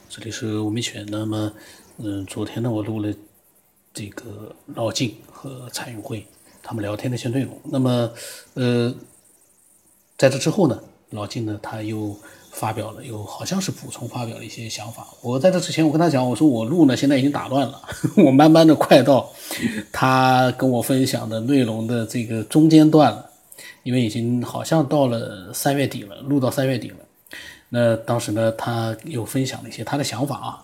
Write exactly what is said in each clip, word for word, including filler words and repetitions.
这里是吴明全。那么，嗯，昨天呢，我录了这个老静和蔡永辉他们聊天的一些内容。那么，呃，在这之后呢，老静呢他又发表了，又好像是补充发表了一些想法。我在这之前，我跟他讲，我说我录呢现在已经打乱了，我慢慢的快到他跟我分享的内容的这个中间段了，因为已经好像到了三月底了，录到三月底了。那当时呢，他又分享了一些他的想法啊。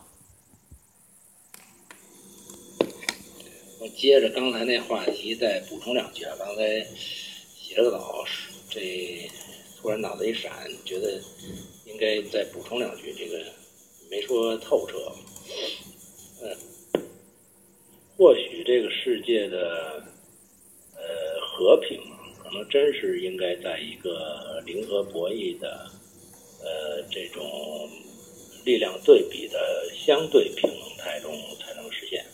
我接着刚才那话题再补充两句啊。刚才写了个稿，这突然脑子一闪，觉得应该再补充两句，这个没说透彻。嗯，或许这个世界的呃和平，可能真是应该在一个零和博弈的。呃，这种力量对比的相对平衡态中才能实现。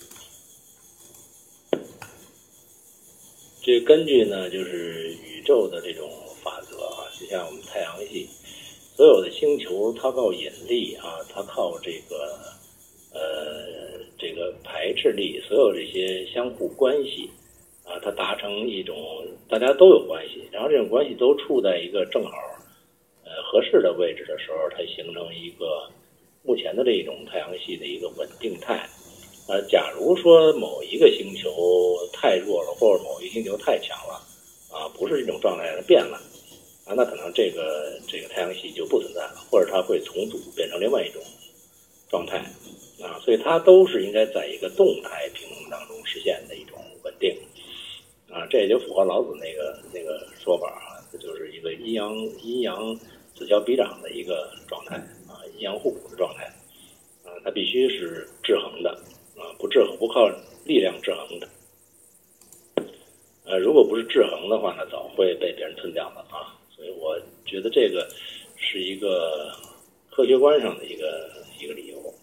这根据呢，就是宇宙的这种法则啊，就像我们太阳系，所有的星球它靠引力啊，它靠这个呃这个排斥力，所有这些相互关系啊，它达成一种大家都有关系，然后这种关系都处在一个正好。呃，合适的位置的时候，它形成一个目前的这种太阳系的一个稳定态。呃，假如说某一个星球太弱了，或者某一个星球太强了，啊，不是这种状态的变了，啊，那可能这个这个太阳系就不存在了，或者它会重组变成另外一种状态，啊，所以它都是应该在一个动态平衡当中实现的一种稳定，啊，这也就符合老子那个那个说法啊，这就是一个阴阳阴阳。此消彼长的一个状态啊，阴阳互补的状态啊，它必须是制衡的啊，不制衡不靠力量制衡的，呃，如果不是制衡的话呢，早会被别人吞掉了啊。所以我觉得这个是一个科学观上的一个一个理由。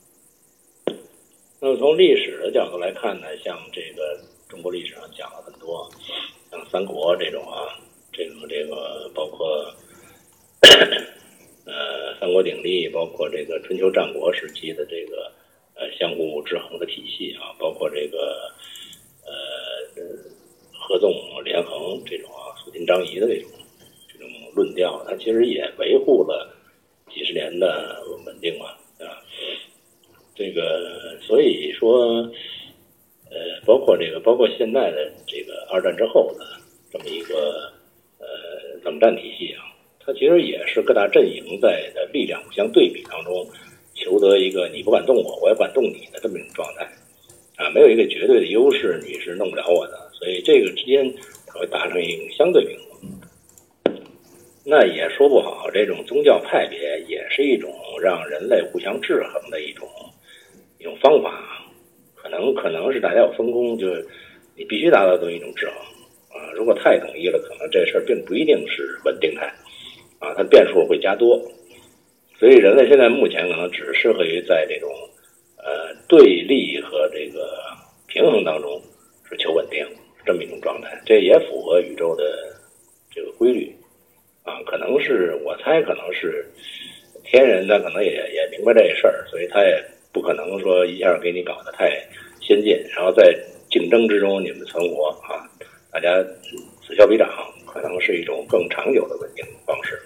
那么从历史的角度来看呢，像这个中国历史上讲了很多，像三国这种啊，这种这个包括。呃，三国鼎立，包括这个春秋战国时期的这个呃相互制衡的体系啊，包括这个呃合纵连横这种啊，肃清张仪的这种这种论调，它其实也维护了几十年的稳定嘛，啊，这个所以说呃，包括这个包括现在的这个二战之后的这么一个呃冷战体系啊。它其实也是各大阵营在的力量互相对比当中，求得一个你不敢动我，我也不敢动你的这么一种状态，啊，没有一个绝对的优势，你是弄不了我的，所以这个之间它会达成一种相对平衡。那也说不好，这种宗教派别也是一种让人类互相制衡的一种一种方法，可能可能是大家有分工，就是你必须达到这么一种制衡啊，如果太统一了，可能这事儿并不一定是稳定态。啊，它变数会加多，所以人类现在目前可能只适合于在这种呃对立和这个平衡当中是求稳定这么一种状态，这也符合宇宙的这个规律啊。可能是我猜，可能是天人呢，可能也也明白这事儿，所以他也不可能说一下给你搞得太先进，然后在竞争之中你们存活啊，大家此消彼长。可能是一种更长久的稳定方式。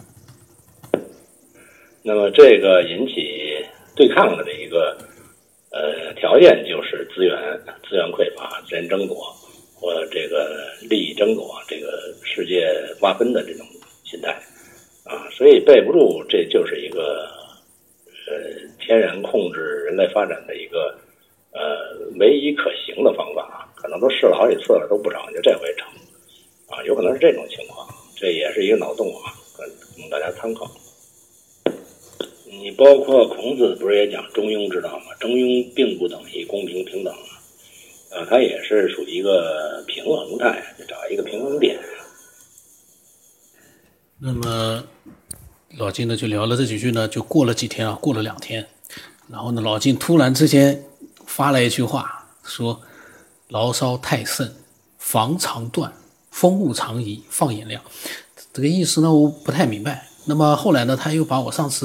那么，这个引起对抗的这一个呃条件就是资源资源匮乏、资源争夺或这个利益争夺、这个世界瓜分的这种心态啊，所以备不住，这就是一个呃天然控制人类发展的一个呃唯一可行的方法，可能都试了好几次了都不成就，这回成。啊，有可能是这种情况，这也是一个脑洞啊，供大家参考。你包括孔子不是也讲中庸之道吗？中庸并不等于公平平等啊，它也是属于一个平衡态，就找一个平衡点。 那么老金呢就聊了这几句呢，就过了几天啊，过了两天，然后呢，老金突然之间发了一句话，说：“牢骚太甚，防常断。”风物长宜，放眼量，这个意思呢我不太明白。那么后来呢，他又把我上次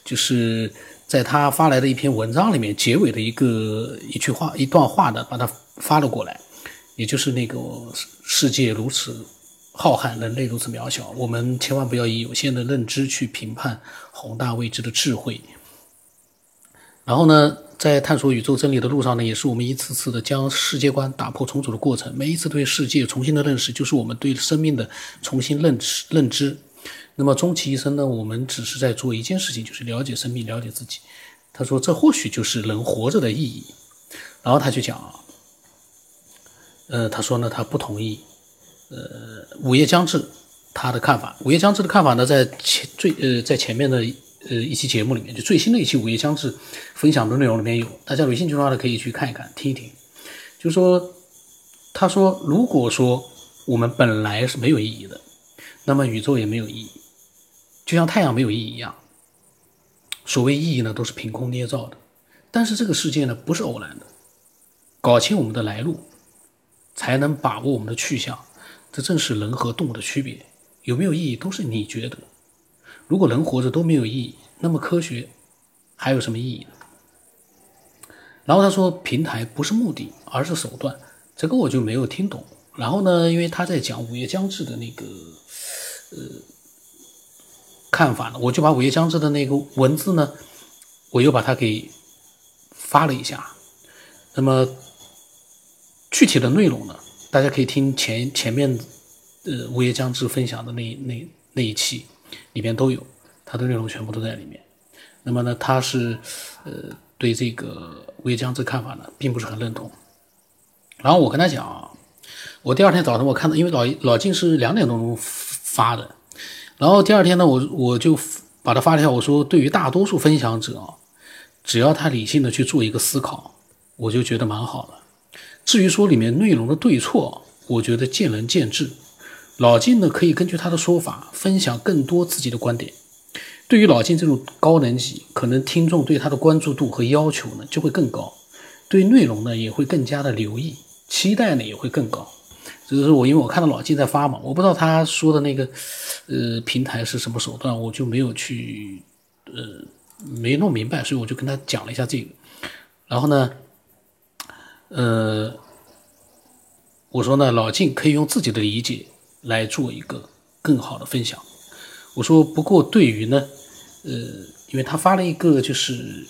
就是在他发来的一篇文章里面结尾的一个一句话一段话呢，把它发了过来，也就是那个世界如此浩瀚，人类如此渺小，我们千万不要以有限的认知去评判宏大未知的智慧。然后呢，在探索宇宙真理的路上呢，也是我们一次次的将世界观打破重组的过程。每一次对世界重新的认识，就是我们对生命的重新认识认知。那么终其一生呢，我们只是在做一件事情，就是了解生命，了解自己。他说，这或许就是人活着的意义。然后他就讲啊，呃，他说呢，他不同意，呃，午夜将至他的看法。午夜将至的看法呢，在前最呃在前面的呃一期节目里面，就最新的一期午夜将至分享的内容里面有，大家有兴趣的话呢，可以去看一看，听一听。就是说，他说，如果说我们本来是没有意义的，那么宇宙也没有意义，就像太阳没有意义一样。所谓意义呢，都是凭空捏造的。但是这个世界呢，不是偶然的。搞清我们的来路，才能把握我们的去向。这正是人和动物的区别。有没有意义，都是你觉得。如果人活着都没有意义，那么科学还有什么意义呢？然后他说，平台不是目的，而是手段。这个我就没有听懂。然后呢，因为他在讲午夜将至的那个呃看法呢，我就把午夜将至的那个文字呢，我又把它给发了一下。那么具体的内容呢，大家可以听前前面呃午夜将至分享的那那那一期里面都有，它的内容全部都在里面。那么呢，他是呃对这个午夜将至看法呢，并不是很认同。然后我跟他讲啊，我第二天早上我看到，因为老老金是两点多钟发的，然后第二天呢，我我就把它发了一下，我说对于大多数分享者啊，只要他理性的去做一个思考，我就觉得蛮好了。至于说里面内容的对错，我觉得见仁见智。老金呢，可以根据他的说法分享更多自己的观点。对于老金这种高能级，可能听众对他的关注度和要求呢就会更高，对内容呢也会更加的留意，期待呢也会更高。这就是我因为我看到老金在发嘛，我不知道他说的那个呃平台是什么手段，我就没有去呃没弄明白，所以我就跟他讲了一下这个。然后呢呃我说呢，老金可以用自己的理解来做一个更好的分享。我说不过对于呢呃因为他发了一个就是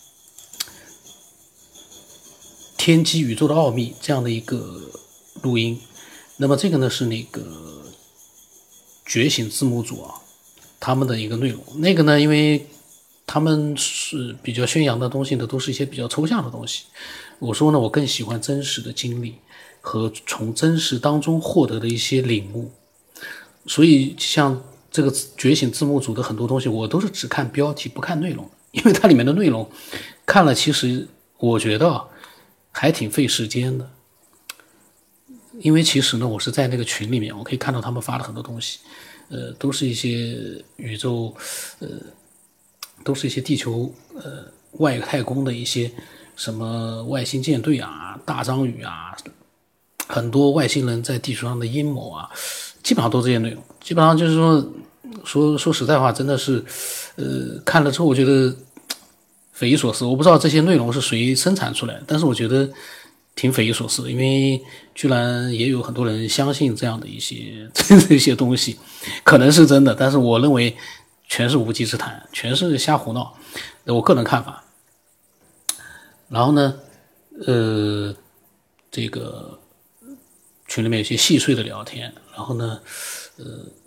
天机宇宙的奥秘这样的一个录音，那么这个呢是那个觉醒字幕组啊他们的一个内容。那个呢因为他们是比较宣扬的东西呢都是一些比较抽象的东西，我说呢我更喜欢真实的经历和从真实当中获得的一些领悟。所以像这个觉醒字幕组的很多东西我都是只看标题不看内容，因为它里面的内容看了其实我觉得还挺费时间的。因为其实呢我是在那个群里面，我可以看到他们发的很多东西呃，都是一些宇宙呃，都是一些地球呃外太空的一些什么外星舰队啊，大章鱼啊，很多外星人在地球上的阴谋啊，基本上都这些内容。基本上就是说说说实在话，真的是呃看了之后我觉得匪夷所思。我不知道这些内容是谁生产出来的，但是我觉得挺匪夷所思的，因为居然也有很多人相信这样的一些这些东西，可能是真的，但是我认为全是无稽之谈，全是瞎胡闹，我个人看法。然后呢呃这个群里面有些细碎的聊天，然后呢呃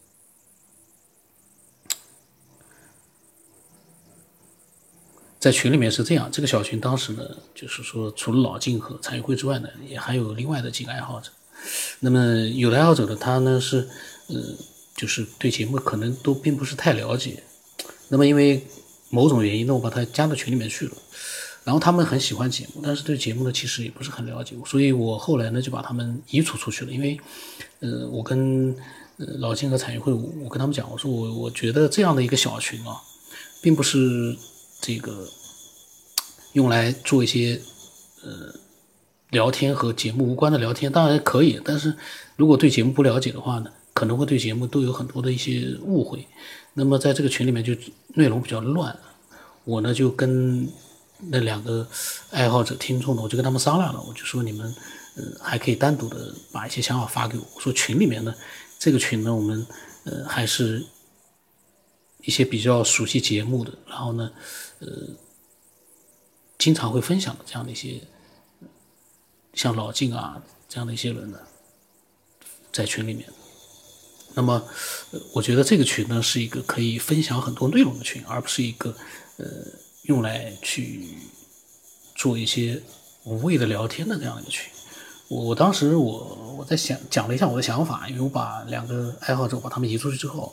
在群里面是这样，这个小群当时呢就是说除了老金和参与会之外呢，也还有另外的几个爱好者。那么有的爱好者呢他呢是呃就是对节目可能都并不是太了解，那么因为某种原因呢我把他加到群里面去了，然后他们很喜欢节目，但是对节目呢其实也不是很了解，所以我后来呢就把他们移除出去了。因为呃我跟呃老金和产业会我跟他们讲，我说我我觉得这样的一个小群啊并不是这个用来做一些呃聊天和节目无关的聊天，当然可以，但是如果对节目不了解的话呢，可能会对节目都有很多的一些误会。那么在这个群里面就内容比较乱， 我呢就跟那两个爱好者听众呢，我就跟他们商量了，我就说你们呃还可以单独的把一些想法发给我。我说群里面呢，这个群呢我们呃还是一些比较熟悉节目的，然后呢呃经常会分享的这样的一些像老晋啊这样的一些人呢在群里面。那么我觉得这个群呢是一个可以分享很多内容的群，而不是一个呃用来去做一些无谓的聊天的这样一个群。我我当时我我在想讲了一下我的想法，因为我把两个爱好者把他们移出去之后，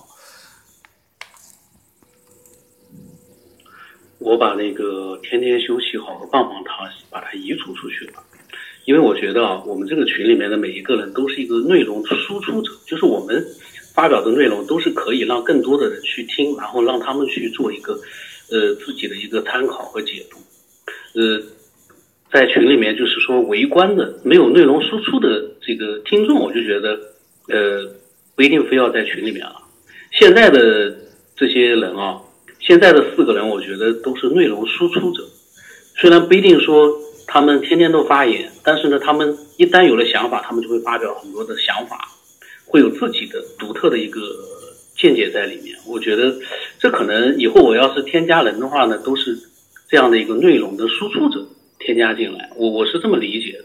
我把那个天天休息好和棒棒糖把它移除出去了。因为我觉得啊，我们这个群里面的每一个人都是一个内容输出者，就是我们发表的内容都是可以让更多的人去听，然后让他们去做一个呃自己的一个参考和解读。呃，在群里面就是说围观的没有内容输出的这个听众，我就觉得呃不一定非要在群里面了。现在的这些人啊，现在的四个人，我觉得都是内容输出者，虽然不一定说他们天天都发言，但是呢，他们一旦有了想法，他们就会发表很多的想法，会有自己的独特的一个见解在里面。我觉得这可能以后我要是添加人的话呢，都是这样的一个内容的输出者添加进来，我我是这么理解的。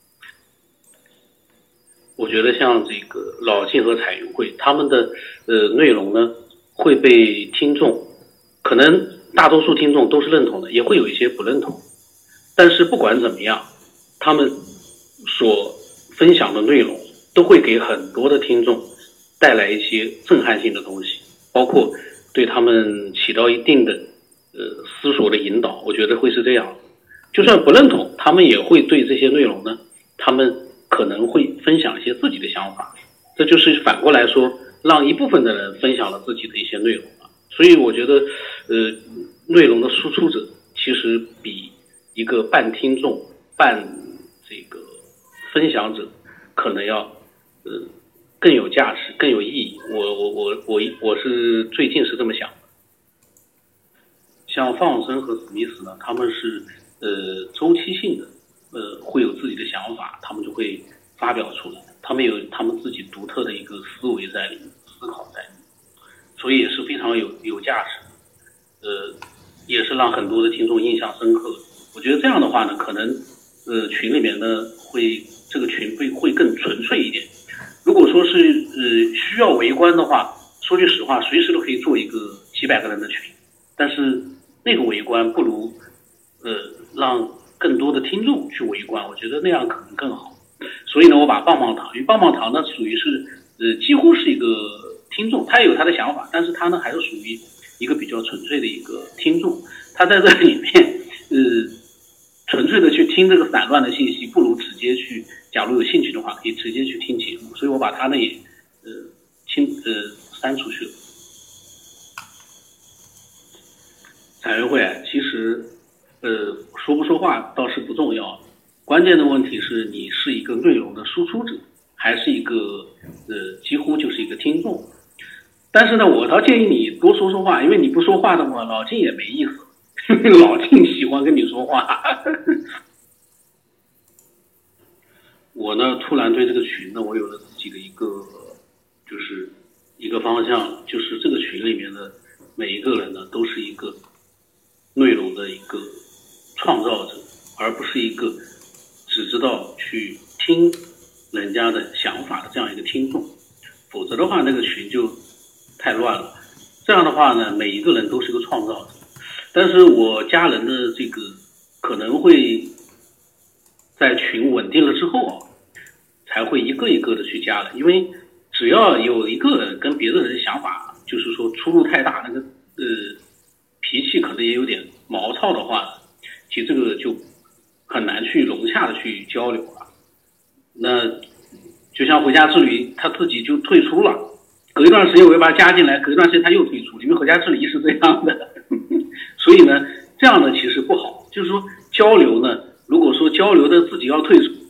我觉得像这个老晋和彩云会，他们的呃内容呢会被听众，可能大多数听众都是认同的，也会有一些不认同。但是不管怎么样，他们所分享的内容都会给很多的听众带来一些震撼性的东西，包括对他们起到一定的呃思索的引导，我觉得会是这样。就算不认同，他们也会对这些内容呢，他们可能会分享一些自己的想法，这就是反过来说，让一部分的人分享了自己的一些内容了。所以我觉得，呃，内容的输出者其实比一个半听众、半这个分享者，可能要呃更有价值、更有意义。我我我我我是最近是这么想的。像方永生和史密斯呢，他们是呃周期性的，呃会有自己的想法，他们就会发表出来，他们有他们自己独特的一个思维在里面，思考在里面，所以也是非常有有价值，呃也是让很多的听众印象深刻的。我觉得这样的话呢，可能呃群里面呢会这个群会会更纯粹一点。如果说是呃需要围观的话，说句实话，随时都可以做一个几百个人的群，但是那个围观不如呃让更多的听众去围观，我觉得那样可能更好。所以呢，我把棒棒糖，因为棒棒糖呢属于是呃几乎是一个听众，他也有他的想法，但是他呢还是属于一个比较纯粹的一个听众，他在这里面呃纯粹的去听这个散乱的信息，不如直接去，假如有兴趣的话，可以直接去听节目。所以我把它呢也呃清呃删出去了。彩云会其实呃说不说话倒是不重要，关键的问题是你是一个内容的输出者，还是一个呃几乎就是一个听众。但是呢，我倒建议你多说说话，因为你不说话的话，老晋也没意思。老晋喜欢跟你说话。我呢，突然对这个群呢，我有了自己的一个，就是一个方向，就是这个群里面的每一个人呢，都是一个内容的一个创造者，而不是一个只知道去听人家的想法的这样一个听众。否则的话，那个群就太乱了。这样的话呢，每一个人都是个创造者。但是我加人的这个可能会在群稳定了之后啊，才会一个一个的去加人，因为只要有一个人跟别的人想法就是说出入太大，那个呃脾气可能也有点毛糙的话，其实这个就很难去融洽的去交流了。那就像回家之旅，他自己就退出了，隔一段时间我又把他加进来，隔一段时间他又退出了，因为回家之旅是这样的。所以呢，这样呢其实不好，就是说交流呢，如果说交流的自己要退出，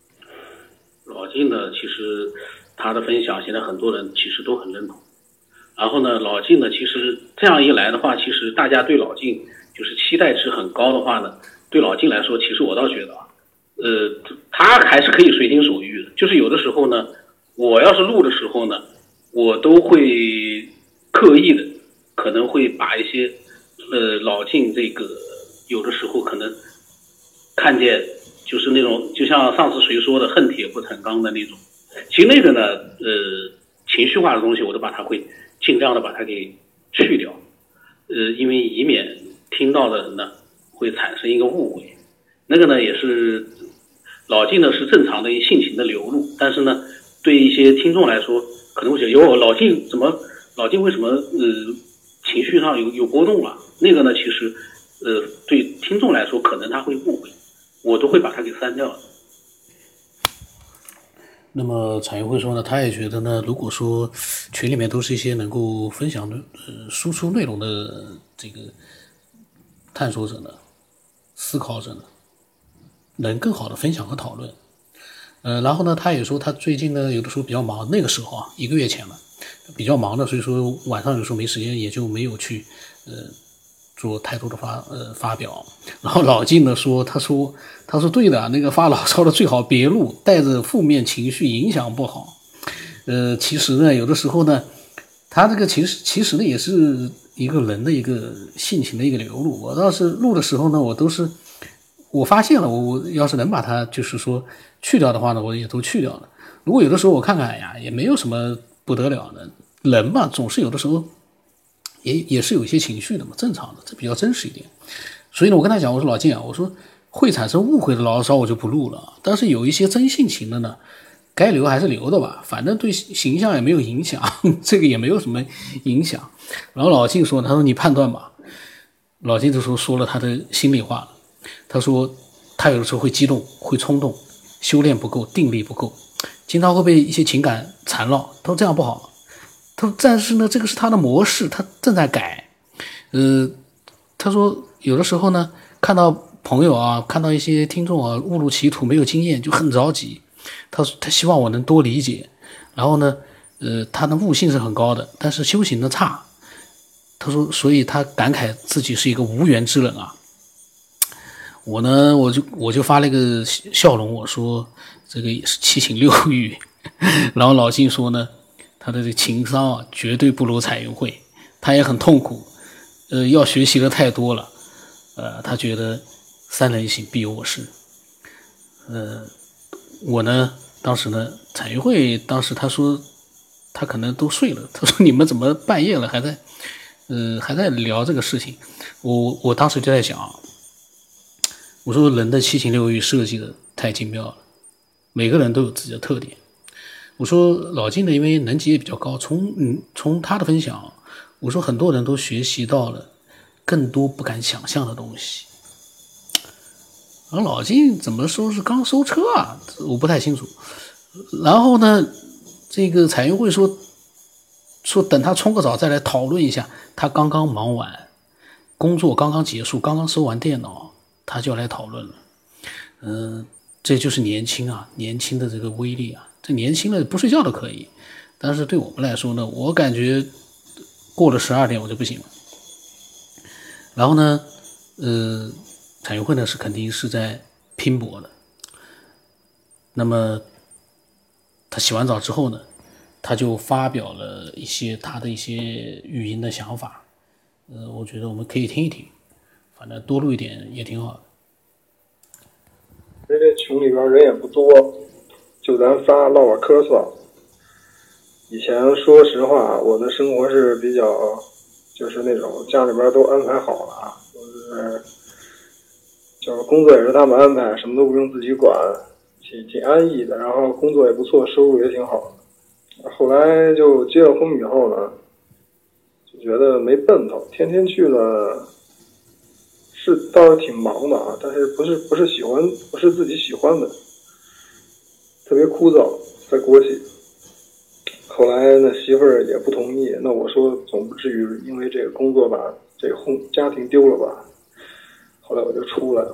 老晋呢，其实他的分享现在很多人其实都很认同， 然后呢，老晋呢，其实这样一来的话，其实大家对老晋就是期待值很高的话呢，对老晋来说，其实我倒觉得啊，呃，他还是可以随心所欲的。就是有的时候呢，我要是录的时候呢，我都会刻意的，可能会把一些呃老晋这个有的时候可能看见就是那种，就像上次谁说的恨铁不成钢的那种。其实那个呢，呃，情绪化的东西，我都把它会尽量的把它给去掉，呃，因为以免听到的人呢会产生一个误会。那个呢也是老晋呢是正常的性情的流露，但是呢对一些听众来说可能会觉得哟，老晋怎么老晋为什么呃情绪上有有波动了？那个呢其实呃对听众来说可能他会误会，我都会把它给删掉的。 那么彩云会说呢，他也觉得呢，如果说群里面都是一些能够分享的、呃、输出内容的这个探索者呢、思考者呢，能更好的分享和讨论。呃，然后呢，他也说他最近呢有的时候比较忙，那个时候啊，一个月前了，比较忙的，所以说晚上有时候没时间，也就没有去呃做太多的发呃发表。然后老晋呢说，他说他说对的，那个发牢骚的最好别录，带着负面情绪影响不好。呃，其实呢，有的时候呢，他这个其实其实呢也是一个人的一个性情的一个流露。我倒是录的时候呢，我都是我发现了，我我要是能把它就是说去掉的话呢，我也都去掉了。如果有的时候我看看呀，也没有什么不得了的，人嘛，总是有的时候也也是有一些情绪的嘛，正常的，这比较真实一点。所以呢，我跟他讲，我说老晋啊，我说会产生误会的牢骚我就不录了，但是有一些真性情的呢，该留还是留的吧，反正对形象也没有影响，这个也没有什么影响。然后老晋说，他说你判断吧。老晋这时候说了他的心里话了，他说他有的时候会激动，会冲动，修炼不够，定力不够，经常会被一些情感缠绕，他说这样不好。他说但是呢，这个是他的模式，他正在改。呃，他说有的时候呢，看到朋友啊，看到一些听众啊误入歧途，没有经验就很着急。他说他希望我能多理解，然后呢，呃，他的悟性是很高的，但是修行的差。他说，所以他感慨自己是一个无缘之人啊。我呢，我就我就发了一个笑容，我说这个也是七情六欲。然后老晋说呢，他的这情商啊，绝对不如彩云会，他也很痛苦，呃，要学习的太多了，呃，他觉得三人行必有我师。呃，我呢，当时呢，彩云会当时他说他可能都睡了，他说你们怎么半夜了还在。呃，还在聊这个事情，我我当时就在想，我说人的七情六欲设计的太精妙了，每个人都有自己的特点。我说老晋呢，因为能级也比较高，从嗯从他的分享，我说很多人都学习到了更多不敢想象的东西。而老晋怎么说是刚收车啊？我不太清楚。然后呢，这个彩云会说。说等他冲个澡再来讨论一下，他刚刚忙完，工作刚刚结束，刚刚收完电脑，他就要来讨论了。嗯、呃，这就是年轻啊，年轻的这个威力啊，这年轻了不睡觉都可以，但是对我们来说呢，我感觉过了十二点我就不行了。然后呢，呃，彩云会呢是肯定是在拼搏的。那么他洗完澡之后呢？他就发表了一些他的一些语音的想法，呃，我觉得我们可以听一听，反正多录一点也挺好的。 因为这群里边人也不多，就咱仨唠会嗑算了。以前说实话，我的生活是比较，就是那种家里边都安排好了啊，就是就是工作也是他们安排，什么都不用自己管，挺挺安逸的，然后工作也不错，收入也挺好的。后来就结了婚以后呢，就觉得没奔头，天天去了，是倒是挺忙的啊，但是不是不是喜欢，不是自己喜欢的，特别枯燥，在国企。后来那媳妇儿也不同意，那我说总不至于因为这个工作把这个婚家庭丢了吧。后来我就出来了。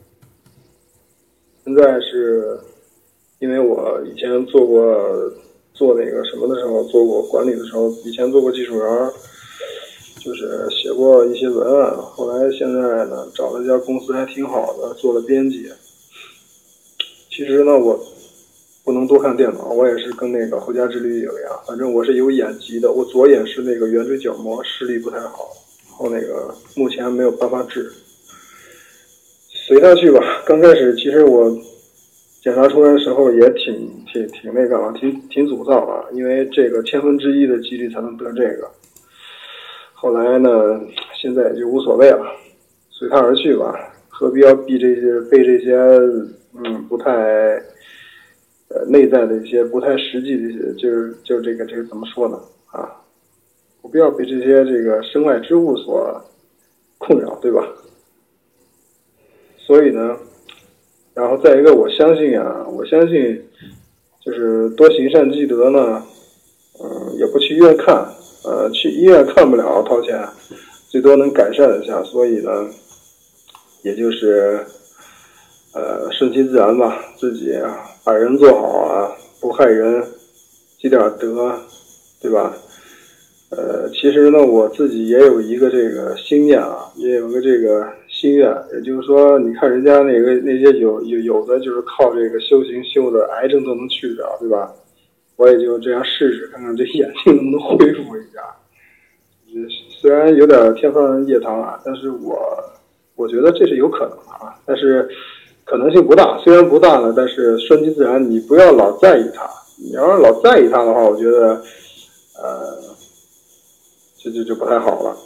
现在是因为我以前做过做那个什么的时候，做过管理的时候，以前做过技术员，就是写过一些文案。后来现在呢，找了一家公司还挺好的，做了编辑。其实呢，我不能多看电脑，我也是跟那个侯家之旅一样，反正我是有眼疾的，我左眼是那个圆锥角膜视力不太好，然后那个目前没有办法治。随他去吧。刚开始其实我检查出来的时候也挺挺挺那个嘛，挺挺沮丧啊，因为这个千分之一的几率才能得这个。后来呢，现在也就无所谓了，随他而去吧，何必要避这些被这些嗯不太呃内在的一些不太实际的一些，就是就是这个这个怎么说呢啊，不必要被这些这个身外之物所困扰，对吧？所以呢，然后再一个，我相信啊，我相信就是多行善积德呢，嗯，也不去医院看，呃，去医院看不了掏钱，最多能改善一下，所以呢，也就是呃顺其自然吧，自己啊把人做好啊，不害人，积点德，对吧？呃，其实呢，我自己也有一个这个心念啊，也有个这个心愿，也就是说，你看人家那个那些有有有的就是靠这个修行修的，癌症都能去掉，对吧？我也就这样试试，看看这眼睛能不能恢复一下。虽然有点天方夜谭啊，但是我我觉得这是有可能的啊，但是可能性不大。虽然不大呢，但是顺其自然，你不要老在意它。你要是老在意它的话，我觉得，呃。这就就不太好了。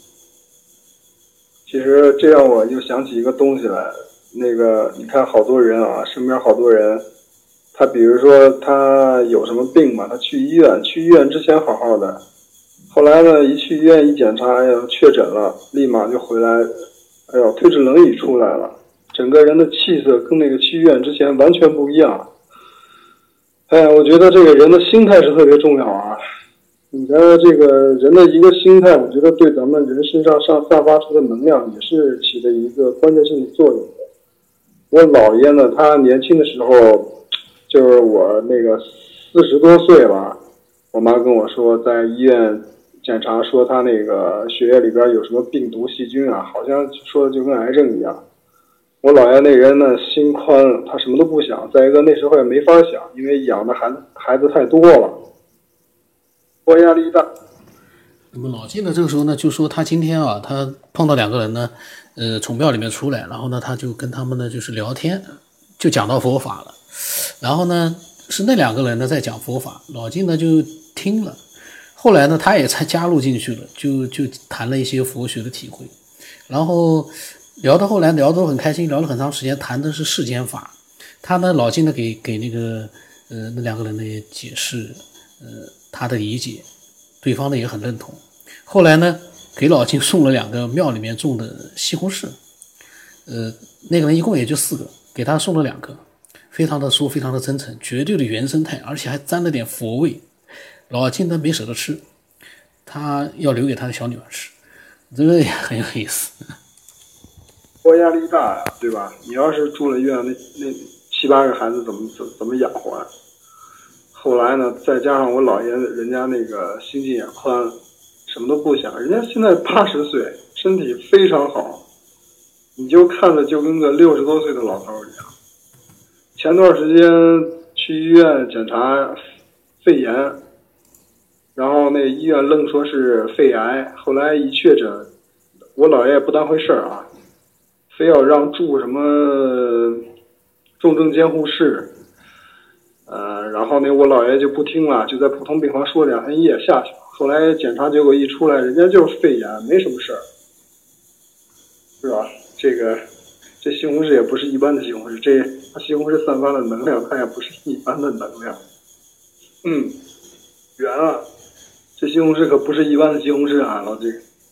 其实这让我就想起一个东西来，那个你看好多人啊，身边好多人，他比如说他有什么病嘛，他去医院，去医院之前好好的，后来呢一去医院一检查，哎呀确诊了，立马就回来，哎呦推着轮椅出来了，整个人的气色跟那个去医院之前完全不一样。哎呀，我觉得这个人的心态是特别重要啊。你的这个人的一个心态，我觉得对咱们人身上上散发出的能量也是起的一个关键性的作用的。我姥爷呢，他年轻的时候，就是我那个四十多岁了，我妈跟我说，在医院检查说他那个血液里边有什么病毒细菌啊，好像说的就跟癌症一样。我姥爷那人呢，心宽，他什么都不想。再一个那时候也没法想，因为养的孩子孩子太多了。我压力大。 那么老纪呢，这个时候呢，就说他今天啊，他碰到两个人呢，呃，从庙里面出来，然后呢，他就跟他们呢就是聊天，就讲到佛法了。然后呢，是那两个人呢在讲佛法，老纪呢就听了。后来呢，他也才加入进去了，就就谈了一些佛学的体会。然后聊到后来，聊得很开心，聊了很长时间，谈的是世间法。他呢，老纪呢给给那个呃那两个人呢也解释，呃。他的理解，对方呢也很认同。后来呢，给老金送了两个庙里面种的西红柿，呃，那个人一共也就四个，给他送了两个，非常的说，非常的真诚，绝对的原生态，而且还沾了点佛味。老金呢没舍得吃，他要留给他的小女儿吃，这个也很有意思。 我压力大呀，对吧？你要是住了院，那那七八个孩子怎么怎怎么养活啊？后来呢，再加上我姥爷人家那个心境也宽，什么都不想，人家现在八十岁，身体非常好，你就看着就跟个六十多岁的老头一样。前段时间去医院检查肺炎，然后那医院愣说是肺癌，后来一确诊，我姥爷也不当回事儿啊，非要让住什么重症监护室。呃，然后呢，我姥爷就不听了，就在普通病房说两天夜下去了。后来检查结果一出来，人家就是肺炎，没什么事儿，是吧？这个这西红柿也不是一般的西红柿，这它西红柿散发的能量，它也不是一般的能量。嗯，圆了，这西红柿可不是一般的西红柿啊，老弟。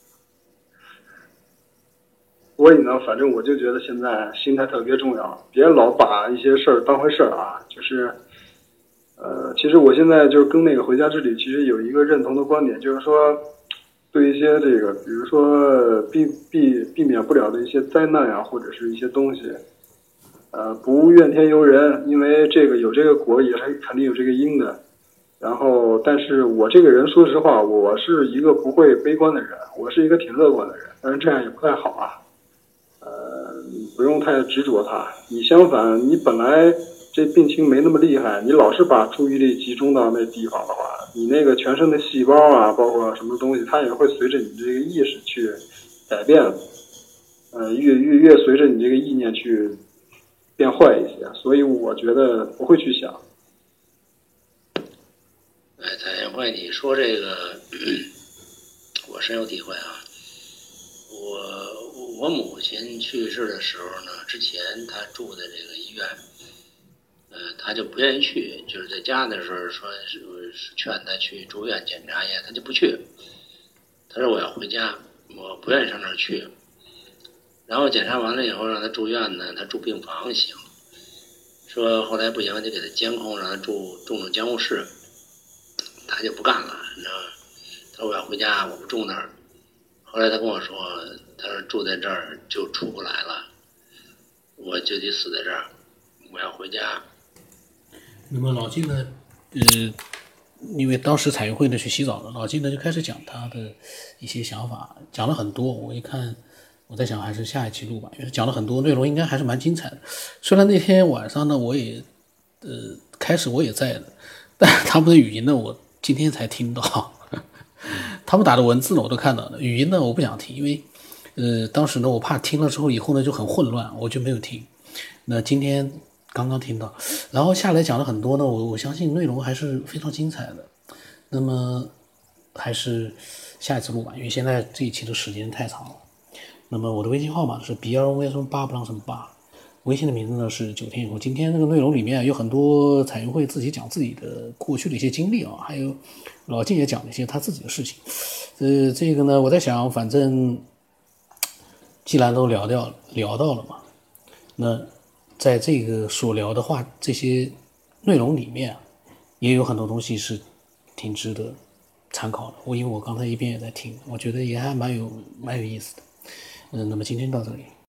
所以呢，反正我就觉得现在心态特别重要，别老把一些事儿当回事儿啊，就是。呃，其实我现在就是跟那个回家之旅，其实有一个认同的观点，就是说，对一些这个，比如说避避避免不了的一些灾难啊，或者是一些东西，呃，不怨天尤人，因为这个有这个果，也是肯定有这个因的。 然后，但是我这个人说实话，我是一个不会悲观的人，我是一个挺乐观的人，但是这样也不太好啊。呃，不用太执着它。你相反，你本来这病情没那么厉害，你老是把注意力集中到那地方的话，你那个全身的细胞啊，包括什么东西，它也会随着你这个意识去改变。呃，越越越随着你这个意念去变坏一些，所以我觉得不会去想。 哎，蔡元慧，你说这个，我深有体会啊。我我母亲去世的时候呢，之前她住的这个医院，呃，她就不愿意去，就是在家的时候说是是劝她去住院检查一下，她就不去。她说我要回家，我不愿意上那儿去。然后检查完了以后让她住院呢，她住病房行。说后来不行就给她监控，让她住重症监护室。他就不干了，你知道吗？他说我要回家，我不住那儿。后来他跟我说，他说住在这儿就出不来了，我就得死在这儿，我要回家。 那么老金呢，呃，因为当时彩云会呢去洗澡了，老金呢就开始讲他的一些想法，讲了很多。我一看，我在想还是下一期录吧，因为讲了很多内容，应该还是蛮精彩的。虽然那天晚上呢，我也呃开始我也在的，但他们的语音呢，我今天才听到，他们打的文字呢我都看到了，语音呢我不想听，因为呃当时呢我怕听了之后以后呢就很混乱，我就没有听。那今天刚刚听到，然后下来讲了很多呢，我我相信内容还是非常精彩的。那么还是下一次录吧，因为现在这一期的时间太长了。那么我的微信号码是 B R V 什么八不让什么八。微信的名字呢是九天以后。今天这个内容里面有很多彩云会自己讲自己的过去的一些经历啊，还有老金也讲了一些他自己的事情。呃，这个呢，我在想，反正既然都聊掉聊到了嘛，那在这个所聊的话，这些内容里面也有很多东西是挺值得参考的。我因为我刚才一边也在听，我觉得也还蛮有蛮有意思的。嗯、呃，那么今天到这里。